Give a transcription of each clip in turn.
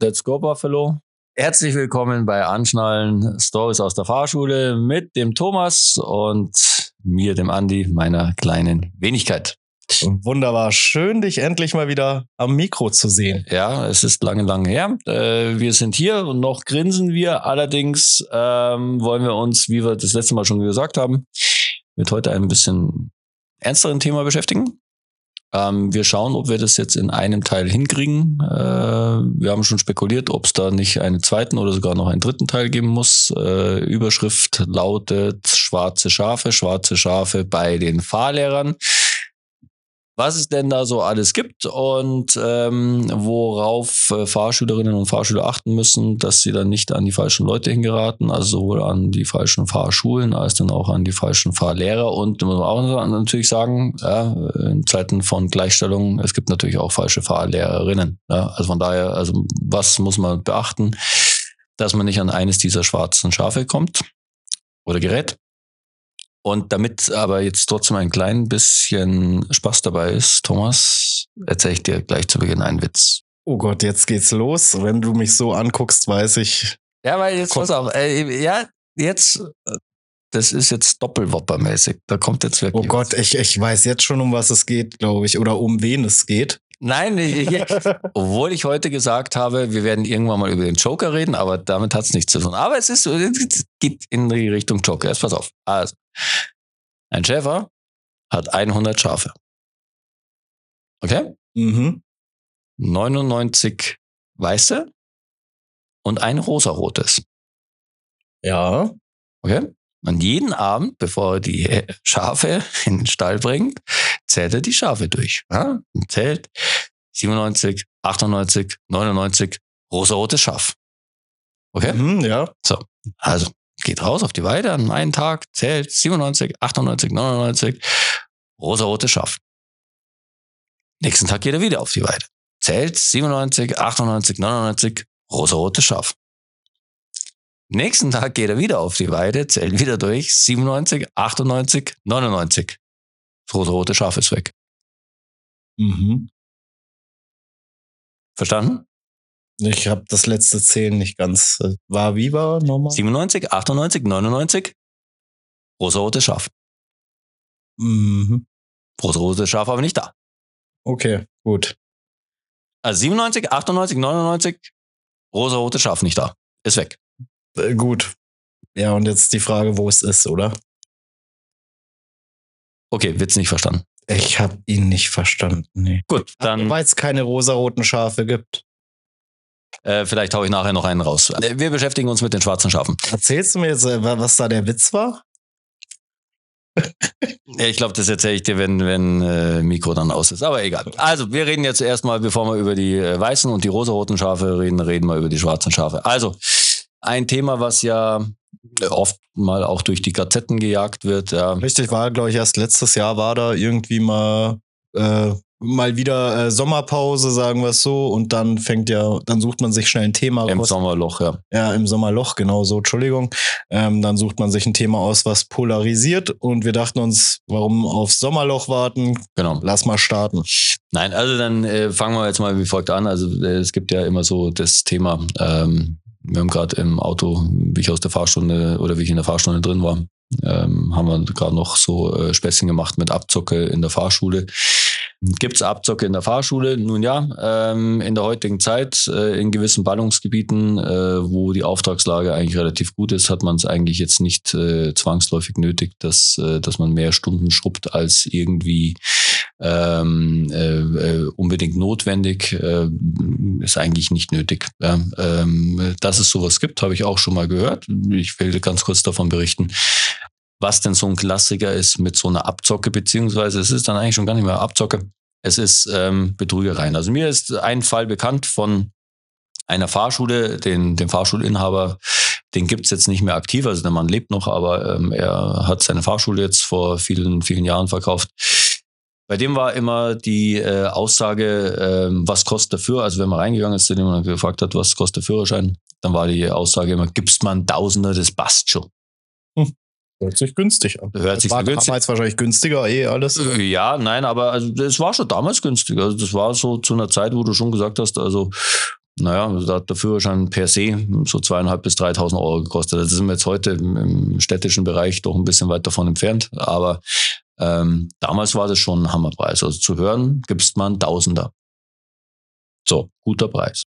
Let's go, Buffalo. Herzlich willkommen bei Anschnallen, Stories aus der Fahrschule mit dem Thomas und mir, dem Andi, meiner kleinen Wenigkeit. Wunderbar, schön dich endlich mal wieder am Mikro zu sehen. Ja, es ist lange her. Wir sind hier und noch grinsen wir. Allerdings wollen wir uns, wie wir das letzte Mal schon gesagt haben, mit heute ein bisschen ernsteren Thema beschäftigen. Wir schauen, ob wir das jetzt in einem Teil hinkriegen. Wir haben schon spekuliert, ob es da nicht einen zweiten oder sogar noch einen dritten Teil geben muss. Überschrift lautet schwarze Schafe bei den Fahrlehrern. Was es denn da so alles gibt und worauf Fahrschülerinnen und Fahrschüler achten müssen, dass sie dann nicht an die falschen Leute hingeraten, also sowohl an die falschen Fahrschulen als dann auch an die falschen Fahrlehrer. Und muss man auch natürlich sagen, ja, in Zeiten von Gleichstellung, es gibt natürlich auch falsche Fahrlehrerinnen. Ja, also von daher, also was muss man beachten, dass man nicht an eines dieser schwarzen Schafe kommt oder gerät. Und damit aber jetzt trotzdem ein klein bisschen Spaß dabei ist, Thomas, erzähle ich dir gleich zu Beginn einen Witz. Oh Gott, jetzt geht's los. Wenn du mich so anguckst, weiß ich. Ja, weil jetzt, pass auf, das ist jetzt doppelwoppermäßig. Da kommt jetzt wirklich. Oh Gott, ich weiß jetzt schon, um was es geht, glaube ich, oder um wen es geht. Nein, obwohl ich heute gesagt habe, wir werden irgendwann mal über den Joker reden, aber damit hat es nichts zu tun. Aber es geht in die Richtung Joker. Jetzt pass auf. Also, ein Schäfer hat 100 Schafe. Okay? 99 weiße und ein rosarotes. Ja. Okay? Und jeden Abend, bevor er die Schafe in den Stall bringt, zählt er die Schafe durch. Ja? Und zählt 97, 98, 99, rosarotes Schaf. Okay? Ja. So, also geht raus auf die Weide an einen Tag, zählt 97, 98, 99, rosarotes Schaf. Nächsten Tag geht er wieder auf die Weide. Zählt 97, 98, 99, rosarotes Schaf. Nächsten Tag geht er wieder auf die Weide, zählt wieder durch, 97, 98, 99. Das rote Schaf ist weg. Verstanden? Ich habe das letzte Zählen nicht ganz. Wie war nochmal? 97, 98, 99. Rosa-rotes Schaf. Rosa-rotes Schaf aber nicht da. Okay, gut. Also 97, 98, 99. Rosa-rotes Schaf nicht da. Ist weg. Gut. Ja, und jetzt die Frage, wo es ist, oder? Okay, Witz nicht verstanden. Ich habe ihn nicht verstanden. Nee. Gut, dann. Weil es keine rosaroten Schafe gibt. Vielleicht haue ich nachher noch einen raus. Wir beschäftigen uns mit den schwarzen Schafen. Erzählst du mir jetzt, was da der Witz war? Ja, ich glaube, das erzähle ich dir, wenn Mikro dann aus ist. Aber egal. Also, wir reden jetzt erstmal, bevor wir über die weißen und die rosaroten Schafe reden wir über die schwarzen Schafe. Also, ein Thema, was ja oft mal auch durch die Gazetten gejagt wird. Ja. Richtig, war, glaube ich, erst letztes Jahr war da irgendwie mal wieder Sommerpause, sagen wir es so, und dann sucht man sich schnell ein Thema Im aus. Sommerloch, ja. Ja, im Sommerloch, genau so, Entschuldigung. Dann sucht man sich ein Thema aus, was polarisiert, und wir dachten uns, warum aufs Sommerloch warten? Genau. Lass mal starten. Nein, also dann fangen wir jetzt mal wie folgt an. Also es gibt ja immer so das Thema, wir haben gerade im Auto, wie ich in der Fahrstunde drin war, haben wir gerade noch so Späßchen gemacht mit Abzocke in der Fahrschule. Gibt's Abzocke in der Fahrschule? Nun ja, in der heutigen Zeit, in gewissen Ballungsgebieten, wo die Auftragslage eigentlich relativ gut ist, hat man es eigentlich jetzt nicht zwangsläufig nötig, dass man mehr Stunden schrubbt als irgendwie unbedingt notwendig, ist eigentlich nicht nötig. Ja, dass es sowas gibt, habe ich auch schon mal gehört. Ich will ganz kurz davon berichten, was denn so ein Klassiker ist mit so einer Abzocke, beziehungsweise es ist dann eigentlich schon gar nicht mehr Abzocke, es ist Betrügereien. Also mir ist ein Fall bekannt von einer Fahrschule, dem Fahrschulinhaber, den gibt's jetzt nicht mehr aktiv, also der Mann lebt noch, aber er hat seine Fahrschule jetzt vor vielen, vielen Jahren verkauft. Bei dem war immer die Aussage, was kostet der Führer? Also wenn man reingegangen ist zu dem und gefragt hat, was kostet der Führerschein, dann war die Aussage immer, gibst mal einen Tausender, das passt schon. Hört sich günstig an. Hört sich war günstig. damals wahrscheinlich günstiger, alles. Ja, nein, aber also es war schon damals günstig. Also das war so zu einer Zeit, wo du schon gesagt hast, also Naja, also da hat der Führerschein per se so 2.500 bis 3.000 Euro gekostet. Das sind wir jetzt heute im städtischen Bereich doch ein bisschen weit davon entfernt. Aber damals war das schon ein Hammerpreis. Also zu hören, gibst man Tausender. So, guter Preis.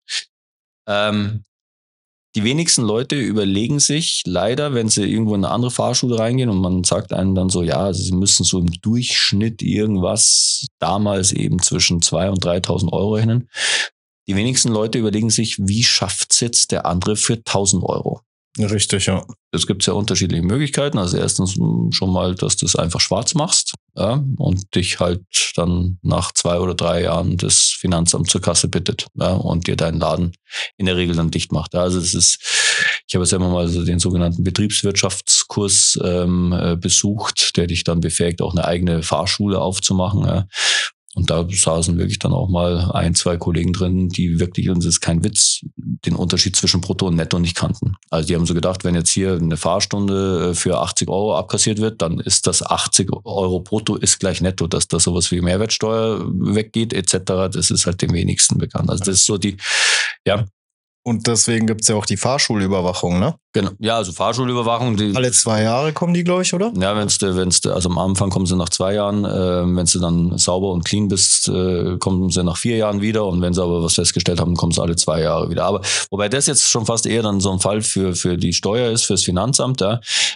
Die wenigsten Leute überlegen sich leider, wenn sie irgendwo in eine andere Fahrschule reingehen und man sagt einem dann so, ja, also sie müssen so im Durchschnitt irgendwas damals eben zwischen 2.000 und 3.000 Euro rechnen. Die wenigsten Leute überlegen sich, wie schafft's jetzt der andere für 1.000 Euro? Richtig, ja. Es gibt ja unterschiedliche Möglichkeiten. Also erstens schon mal, dass du es einfach schwarz machst, ja, und dich halt dann nach 2 oder 3 Jahren das Finanzamt zur Kasse bittet, ja, und dir deinen Laden in der Regel dann dicht macht. Also es ist, ich habe jetzt immer mal so den sogenannten Betriebswirtschaftskurs besucht, der dich dann befähigt, auch eine eigene Fahrschule aufzumachen. Ja. Und da saßen wirklich dann auch mal 1, 2 Kollegen drin, die wirklich, und das ist kein Witz, den Unterschied zwischen Brutto und Netto nicht kannten. Also die haben so gedacht, wenn jetzt hier eine Fahrstunde für 80 Euro abkassiert wird, dann ist das 80 Euro Brutto ist gleich Netto. Dass da sowas wie Mehrwertsteuer weggeht etc., das ist halt dem wenigsten bekannt. Also das ist so die, ja. Und deswegen gibt's ja auch die Fahrschulüberwachung, ne? Genau, ja, also Fahrschulüberwachung. Alle 2 Jahre kommen die, glaube ich, oder? Ja, wenn's du, also am Anfang kommen sie nach 2 Jahren, wenn du dann sauber und clean bist, kommen sie nach 4 Jahren wieder, und wenn sie aber was festgestellt haben, kommen sie alle 2 Jahre wieder. Aber wobei das jetzt schon fast eher dann so ein Fall für die Steuer ist, fürs Finanzamt, ja.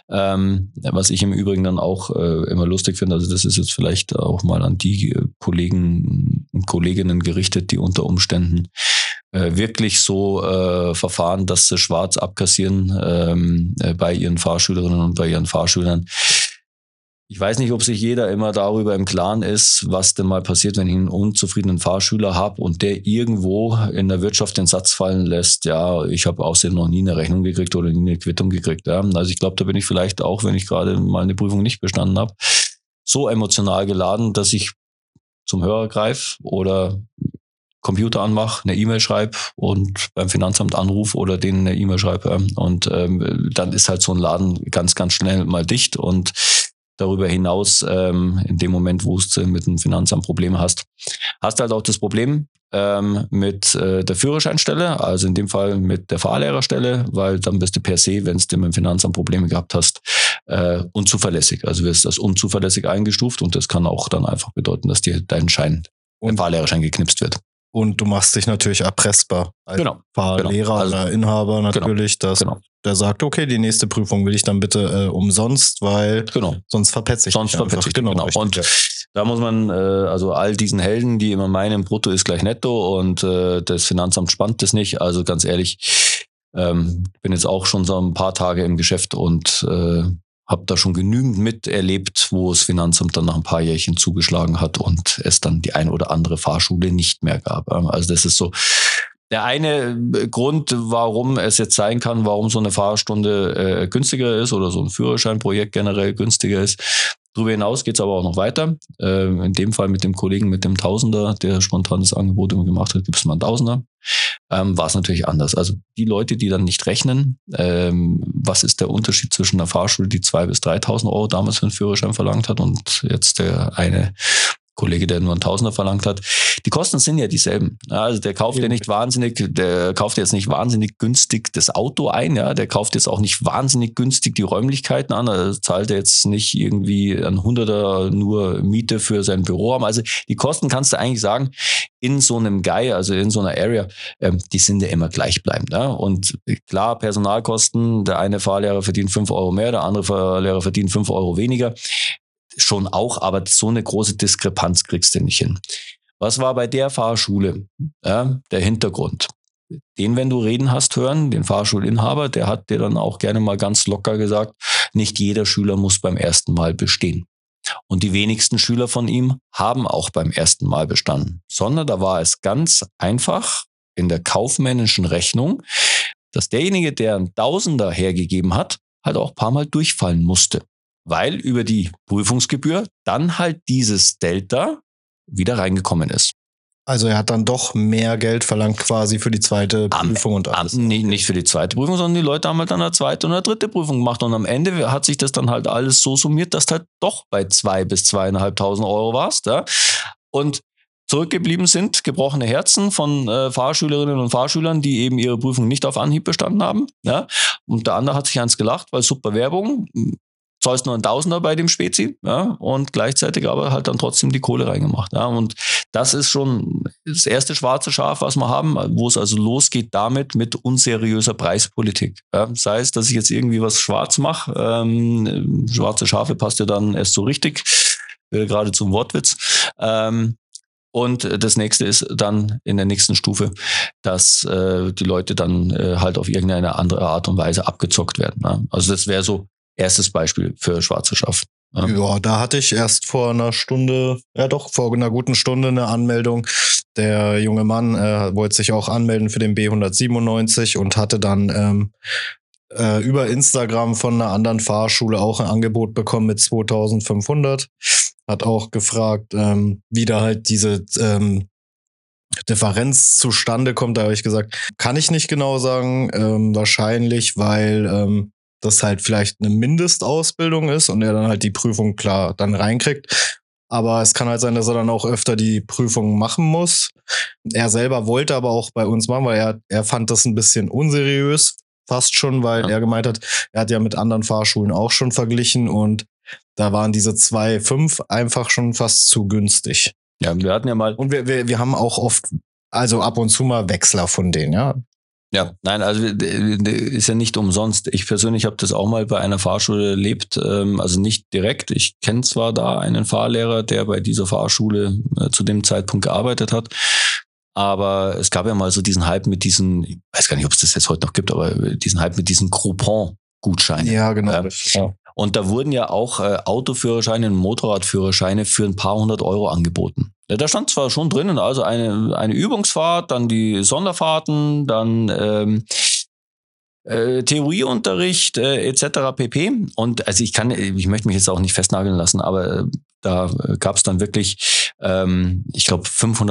Was ich im Übrigen dann auch immer lustig finde, also das ist jetzt vielleicht auch mal an die Kollegen und Kolleginnen gerichtet, die unter Umständen wirklich so verfahren, dass sie schwarz abkassieren bei ihren Fahrschülerinnen und bei ihren Fahrschülern. Ich weiß nicht, ob sich jeder immer darüber im Klaren ist, was denn mal passiert, wenn ich einen unzufriedenen Fahrschüler habe und der irgendwo in der Wirtschaft den Satz fallen lässt, ja, ich habe außerdem noch nie eine Rechnung gekriegt oder nie eine Quittung gekriegt. Ja. Also ich glaube, da bin ich vielleicht auch, wenn ich gerade mal eine Prüfung nicht bestanden habe, so emotional geladen, dass ich zum Hörer greife oder Computer anmache, eine E-Mail schreibe und beim Finanzamt anrufe oder denen eine E-Mail schreibe. Und dann ist halt so ein Laden ganz, ganz schnell mal dicht. Und darüber hinaus, in dem Moment, wo du mit dem Finanzamt Probleme hast halt auch das Problem mit der Führerscheinstelle, also in dem Fall mit der Fahrlehrerstelle, weil dann bist du per se, wenn du mit dem Finanzamt Probleme gehabt hast, unzuverlässig. Also wirst du als unzuverlässig eingestuft, und das kann auch dann einfach bedeuten, dass dir dein Schein, der Fahrlehrerschein geknipst wird. Und du machst dich natürlich erpressbar als Fahrlehrer Also, oder Inhaber natürlich, dass der sagt, okay, die nächste Prüfung will ich dann bitte umsonst, weil sonst verpetze ich sonst verpetze ich. Genau. Richtig, und da muss man, also all diesen Helden, die immer meinen, Brutto ist gleich Netto und das Finanzamt spannt das nicht. Also ganz ehrlich, bin jetzt auch schon so ein paar Tage im Geschäft und habe da schon genügend miterlebt, wo das Finanzamt dann nach ein paar Jährchen zugeschlagen hat und es dann die eine oder andere Fahrschule nicht mehr gab. Also das ist so der eine Grund, warum es jetzt sein kann, warum so eine Fahrstunde günstiger ist oder so ein Führerscheinprojekt generell günstiger ist. Darüber hinaus geht's aber auch noch weiter. In dem Fall mit dem Kollegen mit dem Tausender, der spontan das Angebot immer gemacht hat, gibt es mal einen Tausender. War es natürlich anders. Also die Leute, die dann nicht rechnen, was ist der Unterschied zwischen einer Fahrschule, die 2.000 bis 3.000 Euro damals für einen Führerschein verlangt hat, und jetzt der eine Kollege, der nur einen Tausender verlangt hat. Die Kosten sind ja dieselben. Also der kauft ja nicht der kauft jetzt nicht wahnsinnig günstig das Auto ein, ja, der kauft jetzt auch nicht wahnsinnig günstig die Räumlichkeiten an, also zahlt er jetzt nicht irgendwie ein Hunderter nur Miete für sein Büro. Also die Kosten, kannst du eigentlich sagen, in so einem Guy, also in so einer Area, die sind ja immer gleichbleibend. Ja? Und klar, Personalkosten, der eine Fahrlehrer verdient 5 Euro mehr, der andere Fahrlehrer verdient 5 Euro weniger. Schon auch, aber so eine große Diskrepanz kriegst du nicht hin. Was war bei der Fahrschule der Hintergrund? Den, wenn du reden hast hören, den Fahrschulinhaber, der hat dir dann auch gerne mal ganz locker gesagt, nicht jeder Schüler muss beim ersten Mal bestehen. Und die wenigsten Schüler von ihm haben auch beim ersten Mal bestanden. Sondern da war es ganz einfach in der kaufmännischen Rechnung, dass derjenige, der einen Tausender hergegeben hat, halt auch ein paar Mal durchfallen musste. Weil über die Prüfungsgebühr dann halt dieses Delta wieder reingekommen ist. Also er hat dann doch mehr Geld verlangt quasi für die zweite Prüfung und alles. Nicht für die zweite Prüfung, sondern die Leute haben halt dann eine zweite und eine dritte Prüfung gemacht. Und am Ende hat sich das dann halt alles so summiert, dass du halt doch bei 2.000 bis 2.500 Euro warst. Ja? Und zurückgeblieben sind, gebrochene Herzen von Fahrschülerinnen und Fahrschülern, die eben ihre Prüfung nicht auf Anhieb bestanden haben. Ja? Und der andere hat sich eins gelacht, weil super Werbung, zahlst nur ein Tausender bei dem Spezi, ja? Und gleichzeitig aber halt dann trotzdem die Kohle reingemacht. Ja? Und das ist schon das erste schwarze Schaf, was wir haben, wo es also losgeht damit mit unseriöser Preispolitik. Ja? Sei es, dass ich jetzt irgendwie was schwarz mache, schwarze Schafe passt ja dann erst so richtig, gerade zum Wortwitz. Und das nächste ist dann in der nächsten Stufe, dass die Leute dann halt auf irgendeine andere Art und Weise abgezockt werden. Ne? Also das wäre so erstes Beispiel für schwarze Schaf. Ja, da hatte ich erst vor einer guten Stunde eine Anmeldung. Der junge Mann wollte sich auch anmelden für den B197 und hatte dann über Instagram von einer anderen Fahrschule auch ein Angebot bekommen mit 2500. Hat auch gefragt, wie da halt diese Differenz zustande kommt. Da habe ich gesagt, kann ich nicht genau sagen. Wahrscheinlich, weil das halt vielleicht eine Mindestausbildung ist und er dann halt die Prüfung klar dann reinkriegt. Aber es kann halt sein, dass er dann auch öfter die Prüfung machen muss. Er selber wollte aber auch bei uns machen, weil er fand das ein bisschen unseriös. Fast schon, weil er gemeint hat, er hat ja mit anderen Fahrschulen auch schon verglichen und da waren diese 2,5 einfach schon fast zu günstig. Ja, wir hatten ja mal. Und wir haben auch oft, also ab und zu mal Wechsler von denen, ja. Ja, nein, also ist ja nicht umsonst. Ich persönlich habe das auch mal bei einer Fahrschule erlebt, also nicht direkt. Ich kenne zwar da einen Fahrlehrer, der bei dieser Fahrschule zu dem Zeitpunkt gearbeitet hat, aber es gab ja mal so diesen Hype mit diesen, ich weiß gar nicht, ob es das jetzt heute noch gibt, aber diesen Hype mit diesen Groupon-Gutscheinen. Ja, genau. Ja. Und da wurden ja auch Autoführerscheine und Motorradführerscheine für ein paar hundert Euro angeboten. Ja, da stand zwar schon drinnen, also eine Übungsfahrt, dann die Sonderfahrten, dann Theorieunterricht etc. pp. Und also ich möchte mich jetzt auch nicht festnageln lassen, aber da gab es dann wirklich, ich glaube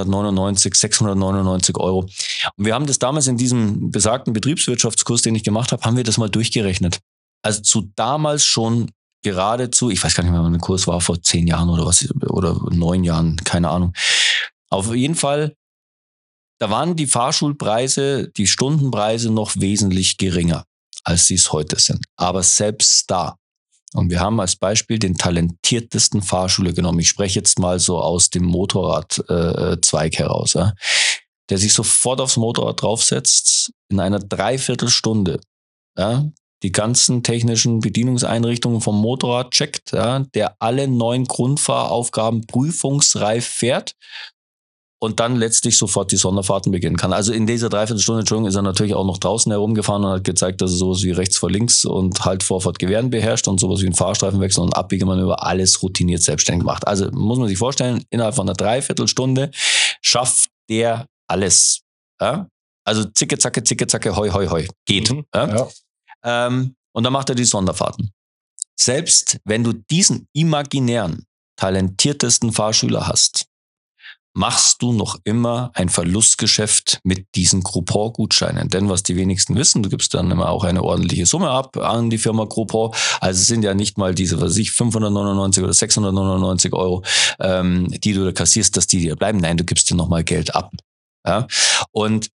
699 Euro. Und wir haben das damals in diesem besagten Betriebswirtschaftskurs, den ich gemacht habe, haben wir das mal durchgerechnet. Also zu damals schon geradezu, ich weiß gar nicht mehr, wann der Kurs war, vor 10 Jahren oder was, oder 9 Jahren, keine Ahnung. Auf jeden Fall, da waren die Fahrschulpreise, die Stundenpreise noch wesentlich geringer, als sie es heute sind. Aber selbst da, und wir haben als Beispiel den talentiertesten Fahrschüler genommen, ich spreche jetzt mal so aus dem Motorradzweig heraus, ja, der sich sofort aufs Motorrad draufsetzt, in einer Dreiviertelstunde, ja, die ganzen technischen Bedienungseinrichtungen vom Motorrad checkt, ja, der alle 9 Grundfahraufgaben prüfungsreif fährt und dann letztlich sofort die Sonderfahrten beginnen kann. Also in dieser Dreiviertelstunde, Entschuldigung, ist er natürlich auch noch draußen herumgefahren und hat gezeigt, dass er sowas wie rechts vor links und halt Vorfahrt Gewähren beherrscht und sowas wie einen Fahrstreifenwechsel und Abbiegemanöver alles routiniert selbstständig macht. Also muss man sich vorstellen, innerhalb von einer Dreiviertelstunde schafft der alles. Ja? Also zicke, zacke, hoi, hoi, hoi. Geht. Ja? Ja. Und dann macht er die Sonderfahrten. Selbst wenn du diesen imaginären, talentiertesten Fahrschüler hast, machst du noch immer ein Verlustgeschäft mit diesen Groupon-Gutscheinen. Denn was die wenigsten wissen, du gibst dann immer auch eine ordentliche Summe ab an die Firma Groupon. Also es sind ja nicht mal diese, 599 oder 699 Euro, die du da kassierst, dass die dir bleiben. Nein, du gibst dir nochmal Geld ab. Ja? Und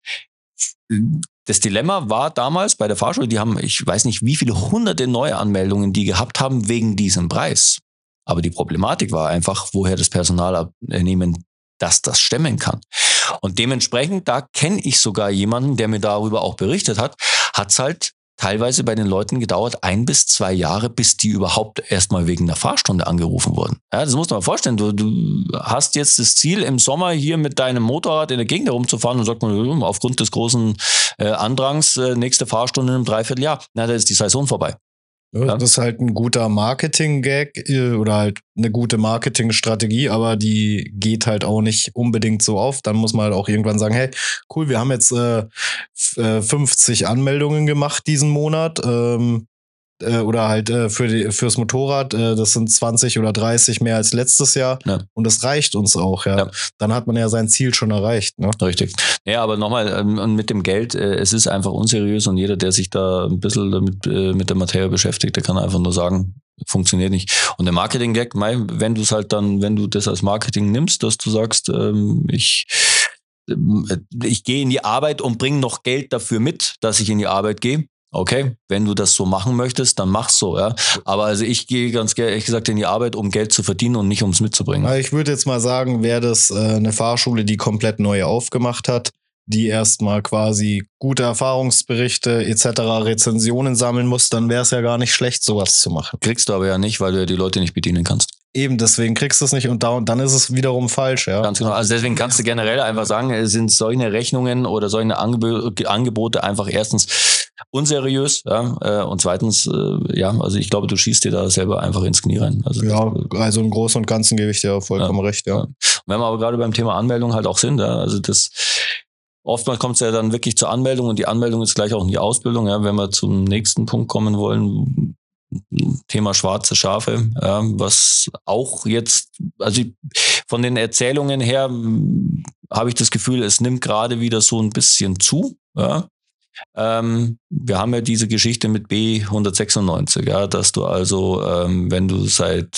das Dilemma war damals bei der Fahrschule, die haben, ich weiß nicht, wie viele hunderte Neuanmeldungen die gehabt haben wegen diesem Preis. Aber die Problematik war einfach, woher das Personal nehmen, dass das stemmen kann. Und dementsprechend, da kenne ich sogar jemanden, der mir darüber auch berichtet hat, hat es halt teilweise bei den Leuten gedauert 1 bis 2 Jahre, bis die überhaupt erstmal wegen einer Fahrstunde angerufen wurden. Ja, das muss man mal vorstellen. Du hast jetzt das Ziel, im Sommer hier mit deinem Motorrad in der Gegend herumzufahren und sagt man, aufgrund des großen Andrangs, nächste Fahrstunde in einem Dreivierteljahr. Na, da ist die Saison vorbei. Ja. Das ist halt ein guter Marketing-Gag oder halt eine gute Marketingstrategie, aber die geht halt auch nicht unbedingt so auf. Dann muss man halt auch irgendwann sagen, hey, cool, wir haben jetzt 50 Anmeldungen gemacht diesen Monat oder halt fürs Motorrad, das sind 20 oder 30 mehr als letztes Jahr und das reicht uns auch, ja. Dann hat man ja sein Ziel schon erreicht. Ne? Richtig. Ja, aber nochmal, mit dem Geld, es ist einfach unseriös und jeder, der sich da ein bisschen damit mit der Materie beschäftigt, der kann einfach nur sagen, funktioniert nicht. Und der Marketing-Gag, wenn du es halt dann, wenn du das als Marketing nimmst, dass du sagst, ich gehe in die Arbeit und bringe noch Geld dafür mit, dass ich in die Arbeit gehe. Okay, wenn du das so machen möchtest, dann mach's so, ja. Aber also ich gehe ganz ehrlich gesagt in die Arbeit, um Geld zu verdienen und nicht um es mitzubringen. Ich würde jetzt mal sagen, wäre das eine Fahrschule, die komplett neu aufgemacht hat, die erstmal quasi gute Erfahrungsberichte etc., Rezensionen sammeln muss, dann wäre es ja gar nicht schlecht, sowas zu machen. Kriegst du aber ja nicht, weil du ja die Leute nicht bedienen kannst. Eben, deswegen kriegst du es nicht und dann ist es wiederum falsch, ja. Ganz genau. Also deswegen kannst du generell einfach sagen, es sind solche Rechnungen oder solche Angebote einfach erstens unseriös, ja, und zweitens, ja, also ich glaube, du schießt dir da selber einfach ins Knie rein. Also ja, also im Großen und Ganzen gebe ich dir vollkommen recht, ja. Und wenn wir aber gerade beim Thema Anmeldung halt auch sind, ja, also das oftmals kommt es ja dann wirklich zur Anmeldung und die Anmeldung ist gleich auch in die Ausbildung, ja, wenn wir zum nächsten Punkt kommen wollen. Thema schwarze Schafe, ja, was auch jetzt, also von den Erzählungen her habe ich das Gefühl, es nimmt gerade wieder so ein bisschen zu. Ja. Wir haben ja diese Geschichte mit B196, ja, dass du also, wenn du seit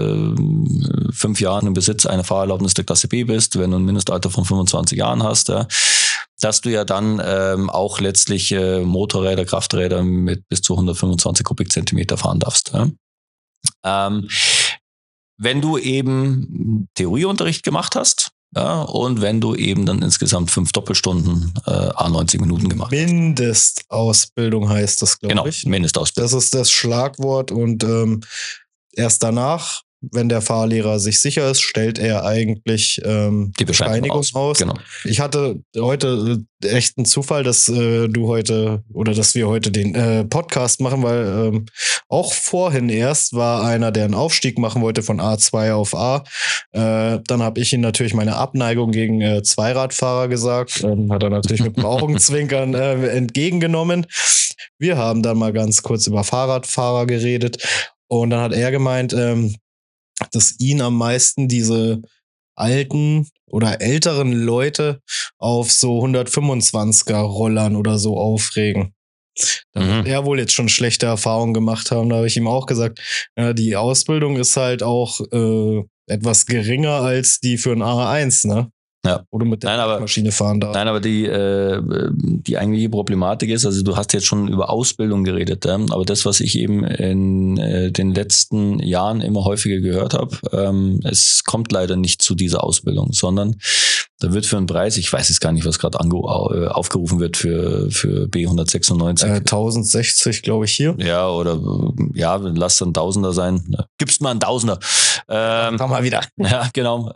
5 Jahren im Besitz einer Fahrerlaubnis der Klasse B bist, wenn du ein Mindestalter von 25 Jahren hast, ja, dass du ja dann auch letztlich Motorräder, Krafträder mit bis zu 125 Kubikzentimeter fahren darfst. Ja. Wenn du eben Theorieunterricht gemacht hast, ja, und wenn du eben dann insgesamt 5 Doppelstunden A90 Minuten gemacht hast. Mindestausbildung heißt das, glaube ich. Genau, Mindestausbildung. Das ist das Schlagwort und erst danach, wenn der Fahrlehrer sich sicher ist, stellt er eigentlich die Bescheinigung aus. Genau. Ich hatte heute echt einen Zufall, dass du heute oder dass wir heute den Podcast machen, weil auch vorhin erst war einer, der einen Aufstieg machen wollte von A2 auf A. Dann habe ich ihm natürlich meine Abneigung gegen Zweiradfahrer gesagt. Hat er natürlich mit dem Augenzwinkern entgegengenommen. Wir haben dann mal ganz kurz über Fahrradfahrer geredet und dann hat er gemeint, dass ihn am meisten diese alten oder älteren Leute auf so 125er Rollern oder so aufregen. Da wird er wohl jetzt schon schlechte Erfahrungen gemacht haben. Da habe ich ihm auch gesagt, ja, die Ausbildung ist halt auch etwas geringer als die für ein A1, ne? Ja. Wo du mit der Maschine fahren darfst. Nein, aber die eigentliche Problematik ist, also du hast jetzt schon über Ausbildung geredet, aber das, was ich eben in den letzten Jahren immer häufiger gehört habe, es kommt leider nicht zu dieser Ausbildung, sondern da wird für einen Preis, ich weiß jetzt gar nicht, was gerade aufgerufen wird für B196. 1060, glaube ich, hier. Ja, oder ja, lass dann Tausender sein. Gibst mal einen Tausender. Komm mal wieder. Ja, genau.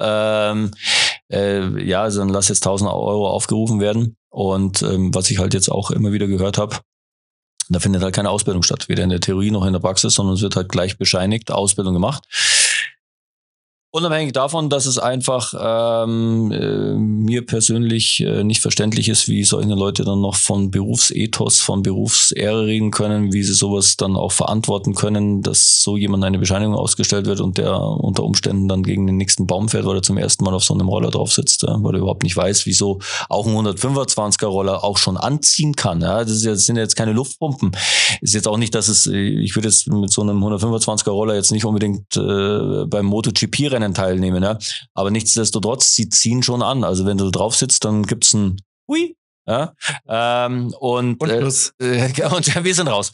Ja, also dann lass jetzt 1.000 Euro aufgerufen werden. Und was ich halt jetzt auch immer wieder gehört habe, da findet halt keine Ausbildung statt, weder in der Theorie noch in der Praxis, sondern es wird halt gleich bescheinigt, Ausbildung gemacht. Unabhängig davon, dass es einfach mir persönlich nicht verständlich ist, wie solche Leute dann noch von Berufsethos, von Berufsehre reden können, wie sie sowas dann auch verantworten können, dass so jemand eine Bescheinigung ausgestellt wird und der unter Umständen dann gegen den nächsten Baum fährt, weil er zum ersten Mal auf so einem Roller drauf sitzt, ja, weil er überhaupt nicht weiß, wieso auch ein 125er Roller auch schon anziehen kann. Ja. Das sind jetzt keine Luftpumpen. Ist jetzt auch nicht, dass es, ich würde jetzt mit so einem 125er Roller jetzt nicht unbedingt beim MotoGP-Rennen teilnehmen, ja. Aber nichtsdestotrotz, sie ziehen schon an. Also wenn du drauf sitzt, dann gibt's ein Hui, ja. Und wir sind raus.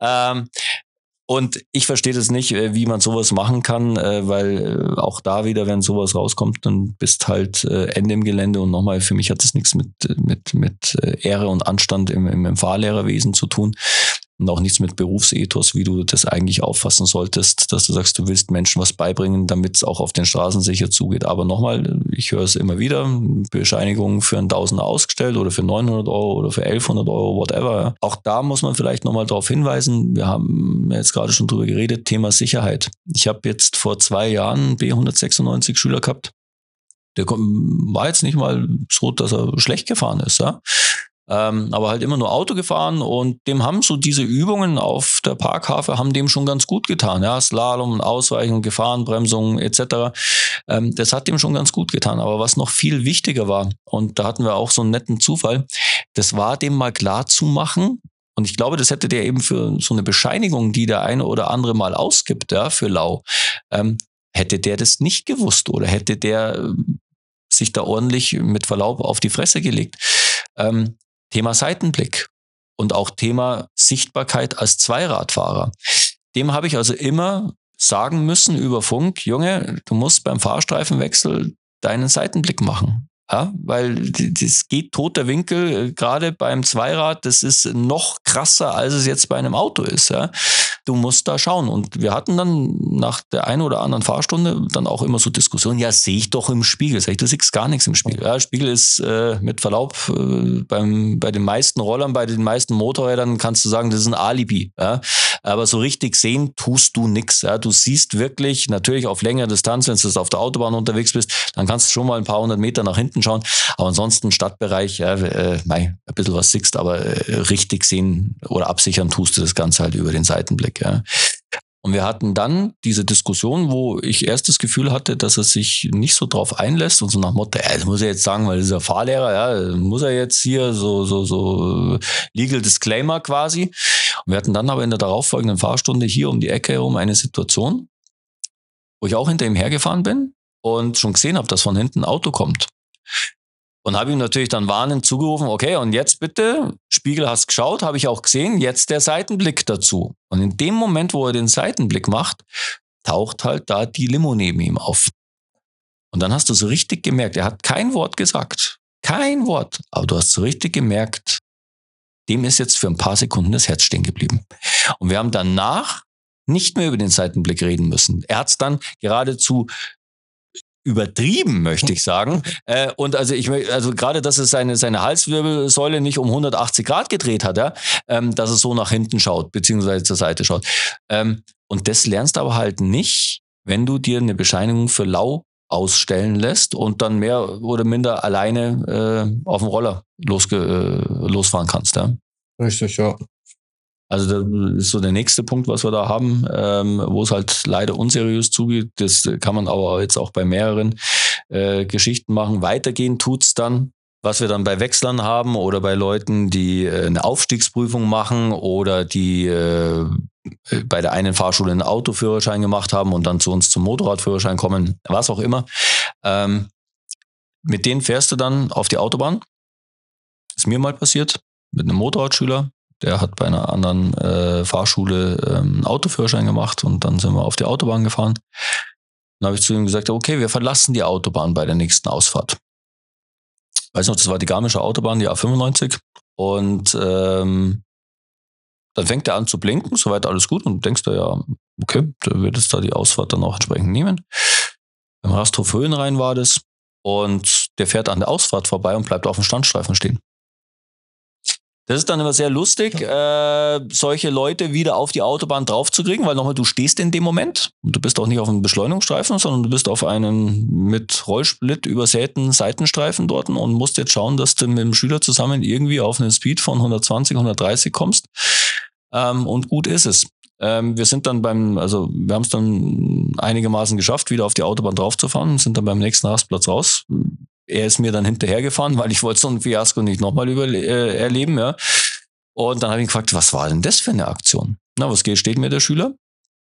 Und ich verstehe das nicht, wie man sowas machen kann, weil auch da wieder, wenn sowas rauskommt, dann bist halt Ende im Gelände. Und nochmal, für mich hat das nichts mit Ehre und Anstand im Fahrlehrerwesen zu tun. Und auch nichts mit Berufsethos, wie du das eigentlich auffassen solltest, dass du sagst, du willst Menschen was beibringen, damit es auch auf den Straßen sicher zugeht. Aber nochmal, ich höre es immer wieder, Bescheinigungen für 1.000 ausgestellt oder für 900 Euro oder für 1.100 Euro, whatever. Auch da muss man vielleicht nochmal darauf hinweisen, wir haben jetzt gerade schon drüber geredet, Thema Sicherheit. Ich habe jetzt vor 2 Jahren B196 Schüler gehabt. Der war jetzt nicht mal so, dass er schlecht gefahren ist, ja. Aber halt immer nur Auto gefahren und dem haben so diese Übungen auf der Parkhafe haben dem schon ganz gut getan. Ja, Slalom, Ausweichen, Gefahrenbremsung etc. Das hat dem schon ganz gut getan. Aber was noch viel wichtiger war, und da hatten wir auch so einen netten Zufall, das war dem mal klar zu machen, Und ich glaube, das hätte der eben für so eine Bescheinigung, die der eine oder andere mal ausgibt, ja, für lau, hätte der das nicht gewusst oder hätte der sich da ordentlich mit Verlaub auf die Fresse gelegt. Thema Seitenblick und auch Thema Sichtbarkeit als Zweiradfahrer. Dem habe ich also immer sagen müssen über Funk, Junge, du musst beim Fahrstreifenwechsel deinen Seitenblick machen. Ja, weil das geht toter Winkel, gerade beim Zweirad, das ist noch krasser, als es jetzt bei einem Auto ist. Ja. Du musst da schauen. Und wir hatten dann nach der einen oder anderen Fahrstunde dann auch immer so Diskussionen, ja, sehe ich doch im Spiegel. Sag ich, du siehst gar nichts im Spiegel. Ja, Spiegel ist mit Verlaub bei den meisten Rollern, bei den meisten Motorrädern kannst du sagen, das ist ein Alibi. Ja. Aber so richtig sehen tust du nichts. Ja. Du siehst wirklich, natürlich auf längere Distanz, wenn du auf der Autobahn unterwegs bist, dann kannst du schon mal ein paar hundert Meter nach hinten schauen. Aber ansonsten Stadtbereich, ja, ein bisschen was siehst, aber richtig sehen oder absichern tust du das Ganze halt über den Seitenblick. Ja. Und wir hatten dann diese Diskussion, wo ich erst das Gefühl hatte, dass er sich nicht so drauf einlässt und so nach Motto, das muss er jetzt sagen, weil das ist ja Fahrlehrer, ja, muss er jetzt hier so Legal Disclaimer quasi. Und wir hatten dann aber in der darauffolgenden Fahrstunde hier um die Ecke herum eine Situation, wo ich auch hinter ihm hergefahren bin und schon gesehen habe, dass von hinten ein Auto kommt. Und habe ihm natürlich dann warnend zugerufen, okay, und jetzt bitte, Spiegel hast geschaut, habe ich auch gesehen, jetzt der Seitenblick dazu. Und in dem Moment, wo er den Seitenblick macht, taucht halt da die Limo neben ihm auf. Und dann hast du so richtig gemerkt, er hat kein Wort gesagt. Kein Wort. Aber du hast so richtig gemerkt, dem ist jetzt für ein paar Sekunden das Herz stehen geblieben. Und wir haben danach nicht mehr über den Seitenblick reden müssen. Er hat es dann geradezu übertrieben, möchte ich sagen. Und also gerade, dass es seine Halswirbelsäule nicht um 180 Grad gedreht hat, ja, dass es so nach hinten schaut, beziehungsweise zur Seite schaut. Und das lernst du aber halt nicht, wenn du dir eine Bescheinigung für lau ausstellen lässt und dann mehr oder minder alleine auf dem Roller losfahren kannst. Ja. Richtig, ja. Also das ist so der nächste Punkt, was wir da haben, wo es halt leider unseriös zugeht. Das kann man aber jetzt auch bei mehreren Geschichten machen. Weitergehen tut's dann, was wir dann bei Wechslern haben oder bei Leuten, die eine Aufstiegsprüfung machen oder die bei der einen Fahrschule einen Autoführerschein gemacht haben und dann zu uns zum Motorradführerschein kommen, was auch immer. Mit denen fährst du dann auf die Autobahn. Ist mir mal passiert, mit einem Motorradschüler. Der hat bei einer anderen Fahrschule einen Autoführerschein gemacht und dann sind wir auf die Autobahn gefahren. Dann habe ich zu ihm gesagt, okay, wir verlassen die Autobahn bei der nächsten Ausfahrt. Weiß noch, das war die Garmische Autobahn, die A95. Und dann fängt er an zu blinken, soweit alles gut. Und du denkst dir, ja, okay, da wird es da die Ausfahrt dann auch entsprechend nehmen. Im Rasthof Höhenrhein war das. Und der fährt an der Ausfahrt vorbei und bleibt auf dem Standstreifen stehen. Das ist dann immer sehr lustig, solche Leute wieder auf die Autobahn draufzukriegen, weil nochmal, du stehst in dem Moment und du bist auch nicht auf einem Beschleunigungsstreifen, sondern du bist auf einen mit Rollsplit übersäten Seitenstreifen dort und musst jetzt schauen, dass du mit dem Schüler zusammen irgendwie auf einen Speed von 120, 130 kommst und gut ist es. Wir sind dann wir haben es dann einigermaßen geschafft, wieder auf die Autobahn draufzufahren, sind dann beim nächsten Rastplatz raus. Er ist mir dann hinterhergefahren, weil ich wollte so ein Fiasko nicht nochmal erleben. Ja. Und dann habe ich ihn gefragt, was war denn das für eine Aktion? Na, was steht mir der Schüler?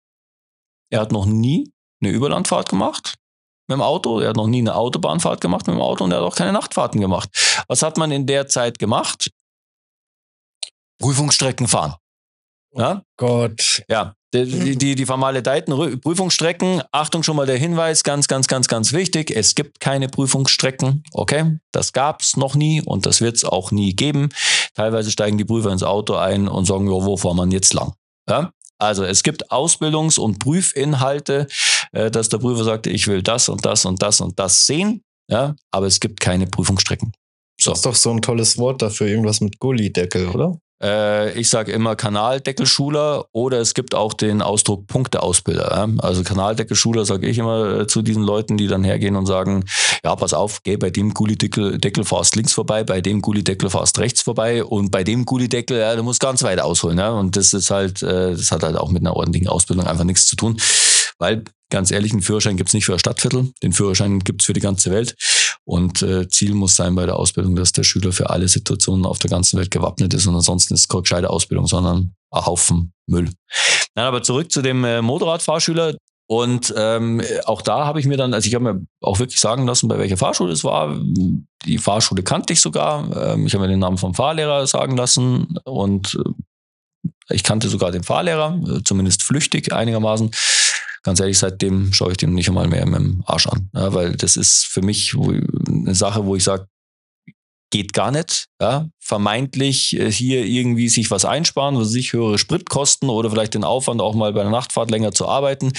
Er hat noch nie eine Überlandfahrt gemacht mit dem Auto. Er hat noch nie eine Autobahnfahrt gemacht mit dem Auto und er hat auch keine Nachtfahrten gemacht. Was hat man in der Zeit gemacht? Prüfungsstrecken fahren. Ja? Oh Gott. Ja, die vermaledeiten Prüfungsstrecken. Achtung, schon mal der Hinweis, ganz, ganz, ganz, ganz wichtig. Es gibt keine Prüfungsstrecken. Okay, das gab es noch nie und das wird es auch nie geben. Teilweise steigen die Prüfer ins Auto ein und sagen, jo, wo fahren wir jetzt lang? Ja? Also es gibt Ausbildungs- und Prüfinhalte, dass der Prüfer sagt, ich will das und das und das und das sehen. Ja? Aber es gibt keine Prüfungsstrecken. So. Das ist doch so ein tolles Wort dafür, irgendwas mit Gullideckel, oder? Ich sage immer Kanaldeckelschüler oder es gibt auch den Ausdruck Punkteausbilder. Ja? Also Kanaldeckelschüler sage ich immer zu diesen Leuten, die dann hergehen und sagen, ja, pass auf, geh bei dem Gullideckel fahrst links vorbei, bei dem Gullideckel fahrst rechts vorbei und bei dem Gullideckel, ja, du musst ganz weit ausholen. Ja? Und das ist halt, das hat halt auch mit einer ordentlichen Ausbildung einfach nichts zu tun. Weil, ganz ehrlich, einen Führerschein gibt's nicht für ein Stadtviertel, den Führerschein gibt's für die ganze Welt. Und Ziel muss sein bei der Ausbildung, dass der Schüler für alle Situationen auf der ganzen Welt gewappnet ist und ansonsten ist es keine gescheite Ausbildung, sondern ein Haufen Müll. Nein, aber zurück zu dem Motorradfahrschüler. Und auch da habe ich mir dann, also ich habe mir auch wirklich sagen lassen, bei welcher Fahrschule es war. Die Fahrschule kannte ich sogar. Ich habe mir den Namen vom Fahrlehrer sagen lassen und ich kannte sogar den Fahrlehrer, zumindest flüchtig einigermaßen. Ganz ehrlich, seitdem schaue ich dem nicht einmal mehr mit dem Arsch an. Ja, weil das ist für mich eine Sache, wo ich sage, geht gar nicht. Ja? Vermeintlich hier irgendwie sich was einsparen, was sich höhere Spritkosten oder vielleicht den Aufwand auch mal bei der Nachtfahrt länger zu arbeiten.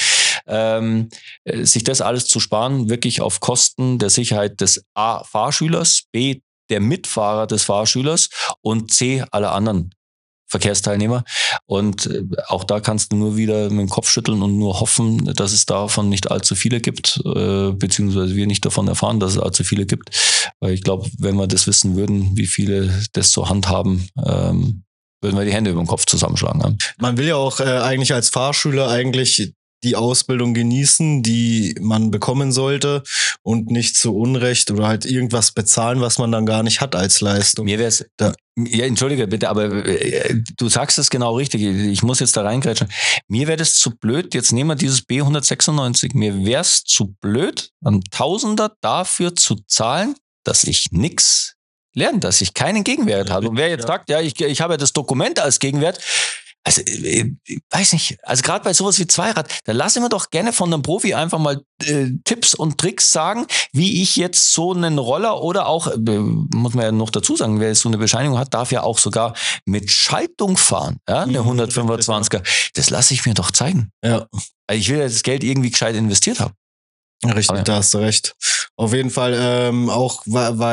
Sich das alles zu sparen, wirklich auf Kosten der Sicherheit des A, Fahrschülers, B, der Mitfahrer des Fahrschülers und C, aller anderen Verkehrsteilnehmer. Und auch da kannst du nur wieder mit dem Kopf schütteln und nur hoffen, dass es davon nicht allzu viele gibt, beziehungsweise wir nicht davon erfahren, dass es allzu viele gibt. Weil ich glaube, wenn wir das wissen würden, wie viele das so handhaben, würden wir die Hände über den Kopf zusammenschlagen. Ja. Man will ja auch eigentlich als Fahrschüler eigentlich die Ausbildung genießen, die man bekommen sollte und nicht zu Unrecht oder halt irgendwas bezahlen, was man dann gar nicht hat als Leistung. Mir wär's, ja, entschuldige bitte, aber du sagst es genau richtig. Ich muss jetzt da reingrätschen. Mir wäre das zu blöd. Jetzt nehmen wir dieses B196. Mir wär's zu blöd, einen Tausender dafür zu zahlen, dass ich nix lerne, dass ich keinen Gegenwert habe. Und wer jetzt sagt, ja, ich habe ja das Dokument als Gegenwert. Also, weiß nicht, also gerade bei sowas wie Zweirad, da lassen wir doch gerne von einem Profi einfach mal Tipps und Tricks sagen, wie ich jetzt so einen Roller oder auch, muss man ja noch dazu sagen, wer jetzt so eine Bescheinigung hat, darf ja auch sogar mit Schaltung fahren, ja, eine 125er. Das lasse ich mir doch zeigen. Ja. Also ich will ja das Geld irgendwie gescheit investiert haben. Richtig, ja. Da hast du recht. Auf jeden Fall auch,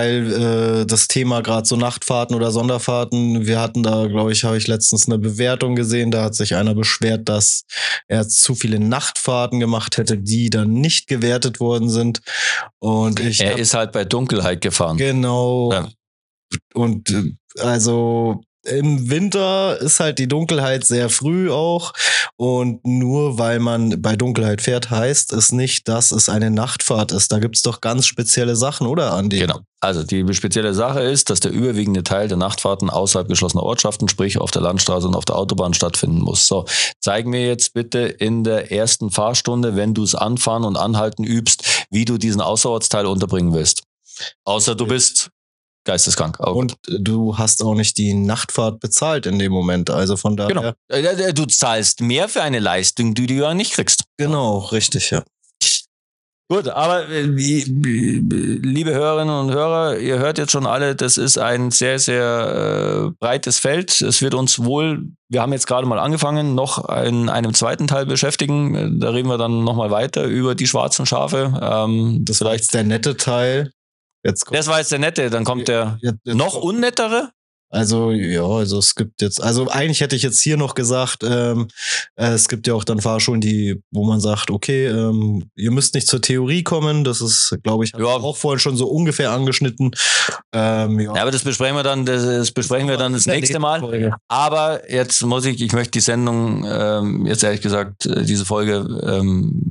weil das Thema gerade so Nachtfahrten oder Sonderfahrten, wir hatten da, glaube ich, habe ich letztens eine Bewertung gesehen, da hat sich einer beschwert, dass er zu viele Nachtfahrten gemacht hätte, die dann nicht gewertet worden sind. Und er ist halt bei Dunkelheit gefahren. Genau. Ja. Und also im Winter ist halt die Dunkelheit sehr früh auch und nur weil man bei Dunkelheit fährt, heißt es nicht, dass es eine Nachtfahrt ist. Da gibt's doch ganz spezielle Sachen, oder Andi? Genau. Also die spezielle Sache ist, dass der überwiegende Teil der Nachtfahrten außerhalb geschlossener Ortschaften, sprich auf der Landstraße und auf der Autobahn stattfinden muss. So, zeig mir jetzt bitte in der ersten Fahrstunde, wenn du es anfahren und anhalten übst, wie du diesen Außerortsteil unterbringen willst. Außer du bist geisteskrank. Oh, und du hast auch nicht die Nachtfahrt bezahlt in dem Moment. Also von daher. Genau. Du zahlst mehr für eine Leistung, die du ja nicht kriegst. Genau, richtig, ja. Gut, aber liebe Hörerinnen und Hörer, ihr hört jetzt schon alle, das ist ein sehr, sehr breites Feld. Es wird uns wohl, wir haben jetzt gerade mal angefangen, noch in einem zweiten Teil beschäftigen. Da reden wir dann nochmal weiter über die schwarzen Schafe. Das war jetzt der nette Teil. Das war jetzt der nette, dann kommt der noch unnettere. Also ja, also es gibt jetzt, also eigentlich hätte ich jetzt hier noch gesagt, es gibt ja auch dann Fahrschulen, wo man sagt, okay, ihr müsst nicht zur Theorie kommen, das ist, glaube ich, auch vorhin schon so ungefähr angeschnitten. Ja, aber das besprechen wir dann, das nächste Mal. Aber jetzt ich möchte die Sendung, jetzt ehrlich gesagt, diese Folge,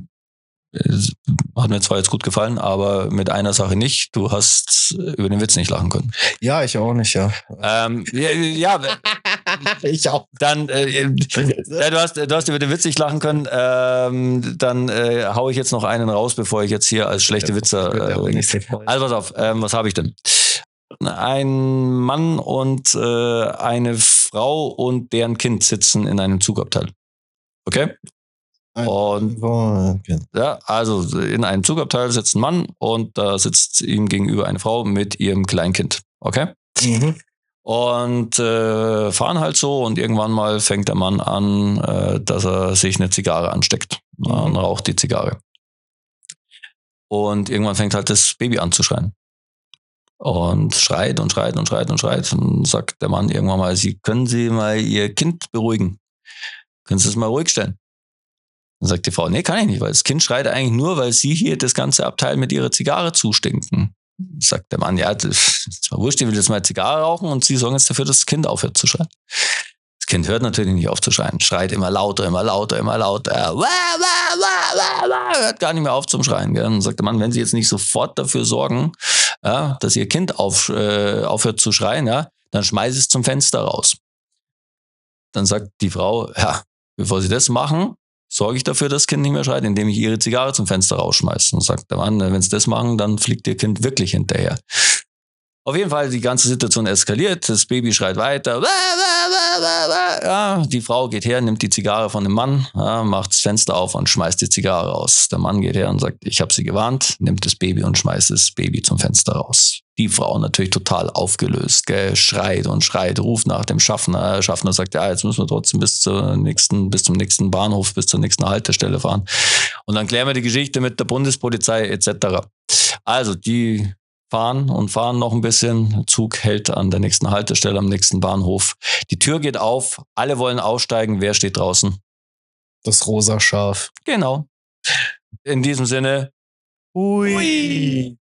hat mir zwar jetzt gut gefallen, aber mit einer Sache nicht. Du hast über den Witz nicht lachen können. Ja, ich auch nicht, ja. Ja. Ich auch. Dann, du hast über den Witz nicht lachen können. Dann hau ich jetzt noch einen raus, bevor ich jetzt hier als schlechte Witzer. Also pass auf, was habe ich denn? Ein Mann und eine Frau und deren Kind sitzen in einem Zugabteil. Okay? Und ja, also in einem Zugabteil sitzt ein Mann und da sitzt ihm gegenüber eine Frau mit ihrem Kleinkind. Okay? Mhm. Und fahren halt so und irgendwann mal fängt der Mann an, dass er sich eine Zigarre ansteckt. Man raucht die Zigarre. Und irgendwann fängt halt das Baby an zu schreien. Und schreit und schreit und schreit und schreit. Und sagt der Mann irgendwann mal, können Sie mal Ihr Kind beruhigen? Können Sie es mal ruhig stellen? Dann sagt die Frau, nee, kann ich nicht, weil das Kind schreit eigentlich nur, weil Sie hier das ganze Abteil mit Ihrer Zigarre zustinken. Sagt der Mann, ja, das ist mal wurscht, ich will jetzt mal Zigarre rauchen und Sie sorgen jetzt dafür, dass das Kind aufhört zu schreien. Das Kind hört natürlich nicht auf zu schreien, schreit immer lauter, immer lauter, immer lauter. Hört gar nicht mehr auf zum Schreien. Gell? Und sagt der Mann, wenn Sie jetzt nicht sofort dafür sorgen, ja, dass Ihr Kind aufhört zu schreien, ja, dann schmeiß es zum Fenster raus. Dann sagt die Frau, ja, bevor Sie das machen, sorge ich dafür, dass das Kind nicht mehr schreit, indem ich Ihre Zigarre zum Fenster rausschmeiße. Und sagt der Mann, wenn Sie das machen, dann fliegt Ihr Kind wirklich hinterher. Auf jeden Fall, die ganze Situation eskaliert, das Baby schreit weiter. Ja, die Frau geht her, nimmt die Zigarre von dem Mann, ja, macht das Fenster auf und schmeißt die Zigarre raus. Der Mann geht her und sagt, ich habe Sie gewarnt, nimmt das Baby und schmeißt das Baby zum Fenster raus. Die Frau natürlich total aufgelöst, gell, schreit und schreit, ruft nach dem Schaffner. Der Schaffner sagt, ja, jetzt müssen wir trotzdem bis zum nächsten Bahnhof, bis zur nächsten Haltestelle fahren. Und dann klären wir die Geschichte mit der Bundespolizei etc. Also die fahren noch ein bisschen. Der Zug hält an der nächsten Haltestelle, am nächsten Bahnhof. Die Tür geht auf, alle wollen aussteigen. Wer steht draußen? Das rosa Schaf. Genau. In diesem Sinne, hui.